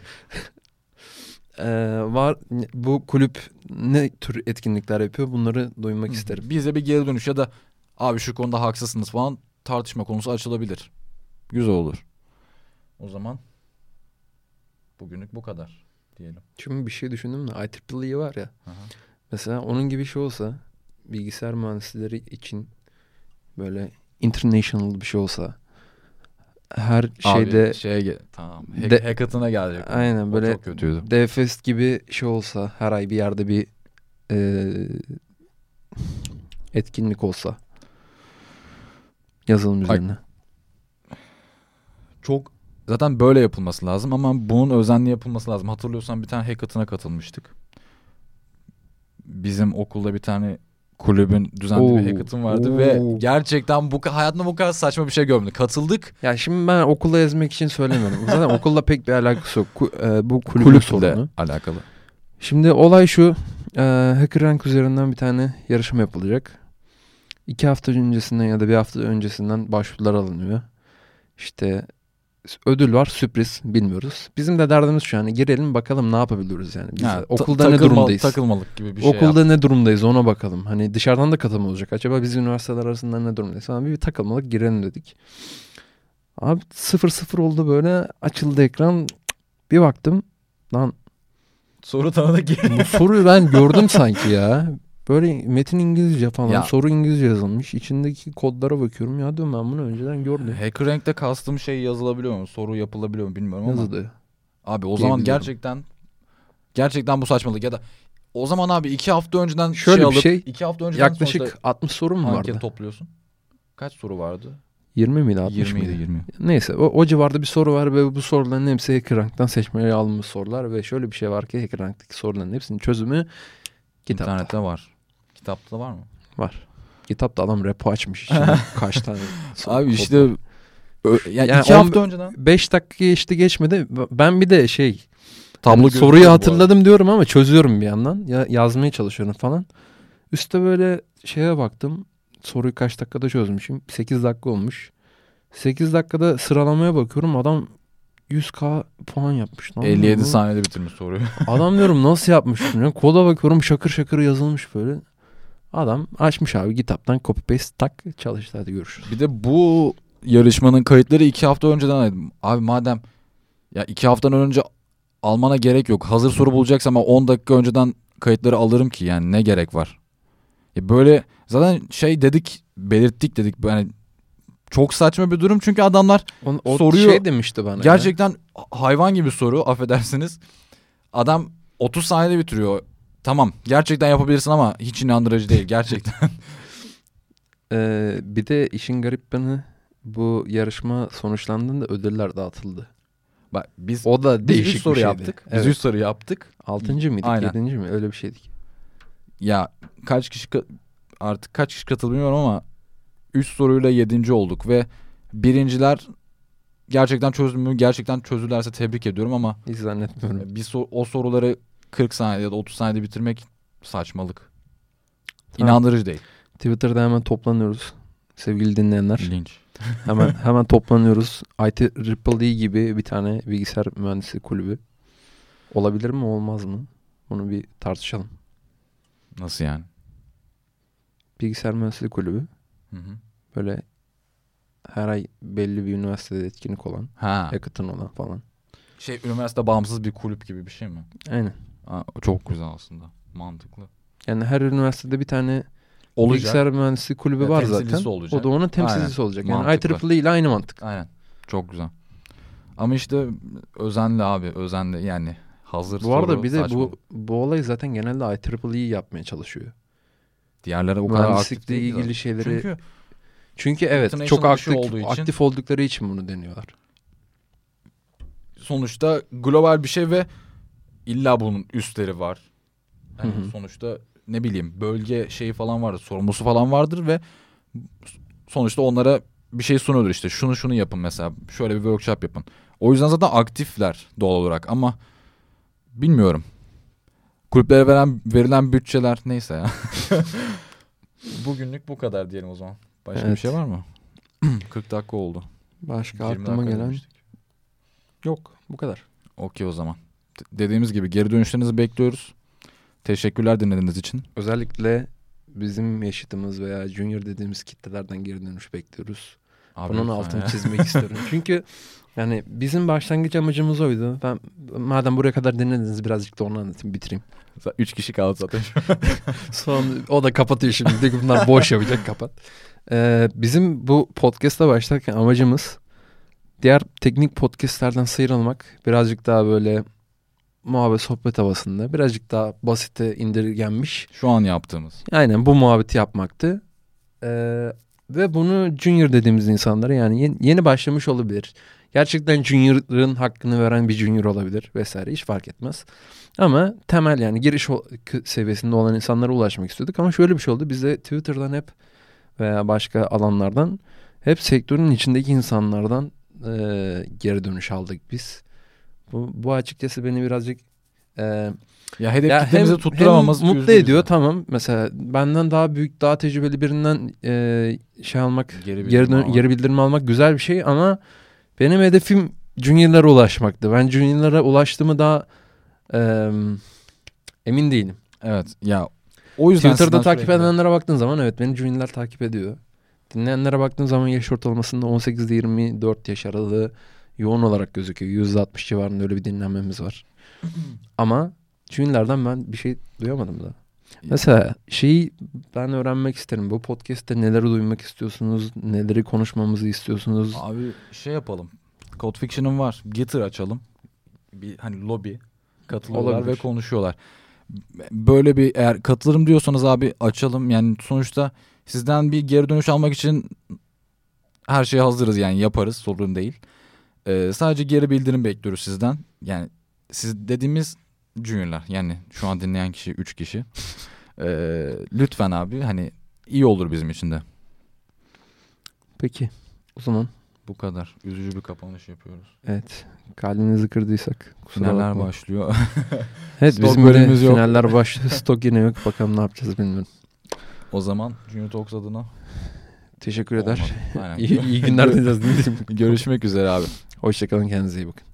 S1: Var. Bu kulüp ne tür etkinlikler yapıyor? Bunları duymak isterim.
S2: Bize bir geri dönüş ya da abi şu konuda haksızsınız falan tartışma konusu açılabilir. Güzel olur. O zaman bugünlük bu kadar diyelim.
S1: Şimdi bir şey düşündüm de IEEE var ya.
S2: Aha.
S1: Mesela onun gibi şey olsa bilgisayar mühendisleri için böyle international bir şey olsa her şeyde
S2: tamam. Hackathon'a gelecek.
S1: Aynen böyle
S2: çok kötüydü.
S1: DevFest gibi şey olsa her ay bir yerde bir etkinlik olsa yazılım üzerine.
S2: Çok zaten böyle yapılması lazım ama bunun özenli yapılması lazım. Hatırlıyorsan bir tane hackathon'a katılmıştık. Bizim okulda bir tane kulübün düzenli bir hackathon vardı ve gerçekten hayatımda bu kadar saçma bir şey görmedim. Katıldık.
S1: Ya şimdi ben okulda ezmek için söylemiyorum. Zaten okulla pek bir alakası yok. Bu kulübün sorunu.
S2: Alakalı.
S1: Şimdi olay şu. HackerRank üzerinden bir tane yarışma yapılacak. 2 hafta öncesinden ya da bir hafta öncesinden başvurular alınıyor. İşte ödül var, sürpriz, bilmiyoruz. Bizim de derdimiz şu an, girelim bakalım ne yapabiliyoruz yani. Biz okulda ne durumdayız?
S2: Takılmalık gibi bir şey.
S1: Okulda ne durumdayız ona bakalım. Hani dışarıdan da katılım olacak. Acaba biz üniversiteler arasında ne durumdayız falan, bir takılmalık girelim dedik. Abi 0-0 oldu böyle, açıldı ekran. Bir baktım lan,
S2: soru tanıdık.
S1: bu soruyu ben gördüm sanki ya. Böyle metin İngilizce falan, ya, soru İngilizce yazılmış. İçindeki kodlara bakıyorum. Ya diyorum, ben bunu önceden gördüm.
S2: HackerRank'te kastım şey yazılabiliyor mu? Soru yapılabiliyor mu bilmiyorum ama.
S1: Yazıldı.
S2: Abi o zaman gerçekten bu saçmalık. Ya da o zaman abi 2 hafta önceden
S1: şöyle
S2: alıp,
S1: bir şey.
S2: 2 hafta önceden
S1: yaklaşık 60 soru mu vardı?
S2: Anket topluyorsun. Kaç soru vardı?
S1: 20 miydi, 60 mıydı?
S2: 20.
S1: Neyse o civarda bir soru var ve bu soruların hepsi HackerRank'tan seçmeye alınmış sorular ve şöyle bir şey var ki HackerRank'taki soruların hepsinin çözümü kitapta.
S2: İnternette var. Kitapta var mı?
S1: Var. Kitapta adam repo açmış içinde kaç tane soru.
S2: Abi işte yani 2 hafta önceden
S1: 5 dakika geçti geçmedi. Ben bir de
S2: tablo
S1: soruyu hatırladım diyorum ama çözüyorum bir yandan. Yazmaya çalışıyorum falan. Üste böyle şeye baktım. Soruyu kaç dakikada çözmüşüm? 8 dakika olmuş. 8 dakikada sıralamaya bakıyorum. Adam 100k puan yapmış.
S2: 57 saniyede bitirmiş soruyu.
S1: Adam diyorum nasıl yapmış? Koda bakıyorum, şakır şakır yazılmış böyle. Adam açmış abi kitaptan, copy paste tak çalıştı, hadi görüşürüz.
S2: Bir de bu yarışmanın kayıtları 2 hafta önceden. Abi madem ya 2 haftadan önce almana gerek yok. Hazır soru bulacaksam ama 10 dakika önceden kayıtları alırım ki, yani ne gerek var? Böyle zaten belirttik dedik yani çok saçma bir durum çünkü adamlar soruyu
S1: demişti bana.
S2: Gerçekten hayvan gibi soru, affedersiniz. Adam 30 saniyede bitiriyor. Tamam, gerçekten yapabilirsin ama hiç inandırıcı değil gerçekten.
S1: Bir de işin garip yanı, bu yarışma sonuçlandığında ödüller dağıtıldı.
S2: Bak biz
S1: o da değişik
S2: 3 soru
S1: bir şeydi.
S2: yaptık. Biz 3 soru yaptık.
S1: 6. mıydık?
S2: Aynen.
S1: 7. mi? Öyle bir şeydik.
S2: Ya kaç kişi katıldı bilmiyorum ama 3 soruyla 7. olduk ve birinciler gerçekten çözümü gerçekten çözülerse tebrik ediyorum ama
S1: hiç zannetmiyorum.
S2: O soruları 40 saniyede ya da 30 saniyede bitirmek saçmalık. İnandırıcı değil.
S1: Twitter'da hemen toplanıyoruz sevgili dinleyenler.
S2: Linç.
S1: hemen toplanıyoruz. IEEE gibi bir tane bilgisayar mühendisi kulübü. Olabilir mi, olmaz mı? Bunu bir tartışalım.
S2: Nasıl yani?
S1: Bilgisayar mühendisliği kulübü.
S2: Hı.
S1: Böyle her ay belli bir üniversitede etkinlik olan, hackathon olan falan.
S2: Üniversite bağımsız bir kulüp gibi bir şey mi?
S1: Aynen.
S2: Çok güzel aslında. Mantıklı.
S1: Yani her üniversitede bir tane
S2: olacak.
S1: Bilgisayar mühendisliği kulübü var zaten.
S2: Olacak.
S1: O da onun temsilcisi olacak. Yani
S2: mantıklı.
S1: IEEE ile aynı mantık.
S2: Aynen. Çok güzel. Ama işte özenli abi. Özenli yani. Hazır soru.
S1: Bu arada bir de bu olay zaten genelde IEEE yapmaya çalışıyor.
S2: Diğerleri o kadar
S1: aktif değil. ilgili şeyleri. Çünkü evet çok aktif oldukları için bunu deniyorlar.
S2: Sonuçta global bir şey ve illa bunun üstleri var. Yani sonuçta ne bileyim bölge şeyi falan vardır, sorumlusu falan vardır ve sonuçta onlara bir şey sunuyordur, işte şunu yapın mesela, şöyle bir workshop yapın. O yüzden zaten aktifler doğal olarak ama bilmiyorum. Kulüplere verilen bütçeler neyse ya. Bugünlük bu kadar diyelim o zaman. Başka bir şey var mı? 40 dakika oldu.
S1: Başka aklıma gelen yok, bu kadar.
S2: Okey o zaman. Dediğimiz gibi geri dönüşlerinizi bekliyoruz. Teşekkürler dinlediğiniz için.
S1: Özellikle bizim yaşıtımız veya junior dediğimiz kitlelerden geri dönüş bekliyoruz. Abi bunun altını çizmek istiyorum. Çünkü yani bizim başlangıç amacımız oydu. Ben madem buraya kadar dinlediniz, birazcık da onu anlatayım, bitireyim.
S2: 3 kişi kaldı zaten.
S1: Son o da kapatıyor şimdi. Bunlar boş yapacak, kapat. Bizim bu podcast'a başlarken amacımız diğer teknik podcastlerden sıyrılmak. Birazcık daha böyle muhabbet sohbet havasında, birazcık daha basite indirgenmiş.
S2: Şu an yaptığımız.
S1: Aynen bu muhabbeti yapmaktı. Ve bunu junior dediğimiz insanlara, yani yeni başlamış olabilir gerçekten Junior'ın hakkını veren bir Junior olabilir vesaire, hiç fark etmez. Ama temel yani giriş seviyesinde olan insanlara ulaşmak istiyorduk. Ama şöyle bir şey oldu. Biz de Twitter'dan hep veya başka alanlardan hep sektörün içindeki insanlardan geri dönüş aldık biz. Bu açıkçası beni birazcık
S2: ya hedef kitlemizi tutturamamız
S1: hem mutlu ediyor, tamam. Mesela benden daha büyük, daha tecrübeli birinden şey almak, geri bildirim almak güzel bir şey ama benim hedefim Junior'lara ulaşmaktı. Ben Junior'lara ulaştığımı daha emin değilim.
S2: Evet ya, o yüzden
S1: Twitter'da takip edenlere baktığın zaman evet beni Junior'lar takip ediyor. Dinleyenlere baktığın zaman yaş ortalamasında 18 ile 24 yaş aralığı yoğun olarak gözüküyor. %60 civarında öyle bir dinlenmemiz var. Ama Junior'lardan ben bir şey duyamadım da. Mesela şeyi ben öğrenmek isterim. Bu podcast'te neleri duymak istiyorsunuz? Neleri konuşmamızı istiyorsunuz?
S2: Abi şey yapalım. Code Fiction'ın var. Gitter açalım. Bir hani lobi katılıyorlar
S1: Olabilir.
S2: ve konuşuyorlar. Böyle bir, eğer katılırım diyorsanız abi açalım. Yani sonuçta sizden bir geri dönüş almak için her şeye hazırız, yani yaparız, sorun değil. Sadece geri bildirim bekliyoruz sizden. Yani siz dediğimiz juniorlar, yani şu an dinleyen kişi 3 kişi. Lütfen abi, hani iyi olur bizim için de.
S1: Peki o zaman.
S2: Bu kadar. Üzücü bir kapanış yapıyoruz.
S1: Evet. Kalbinizi kırdıysak kusura
S2: Finaller
S1: bakma.
S2: başlıyor.
S1: Evet,
S2: Stok
S1: bizim
S2: bölümümüz yok.
S1: finaller başlıyor. Stok yine yok. Bakalım ne yapacağız bilmiyorum.
S2: O zaman Junior Talks adına
S1: teşekkür eder.
S2: Aynen.
S1: İyi günler dileriz.
S2: Görüşmek üzere abi.
S1: Hoşçakalın, kendinize iyi bakın.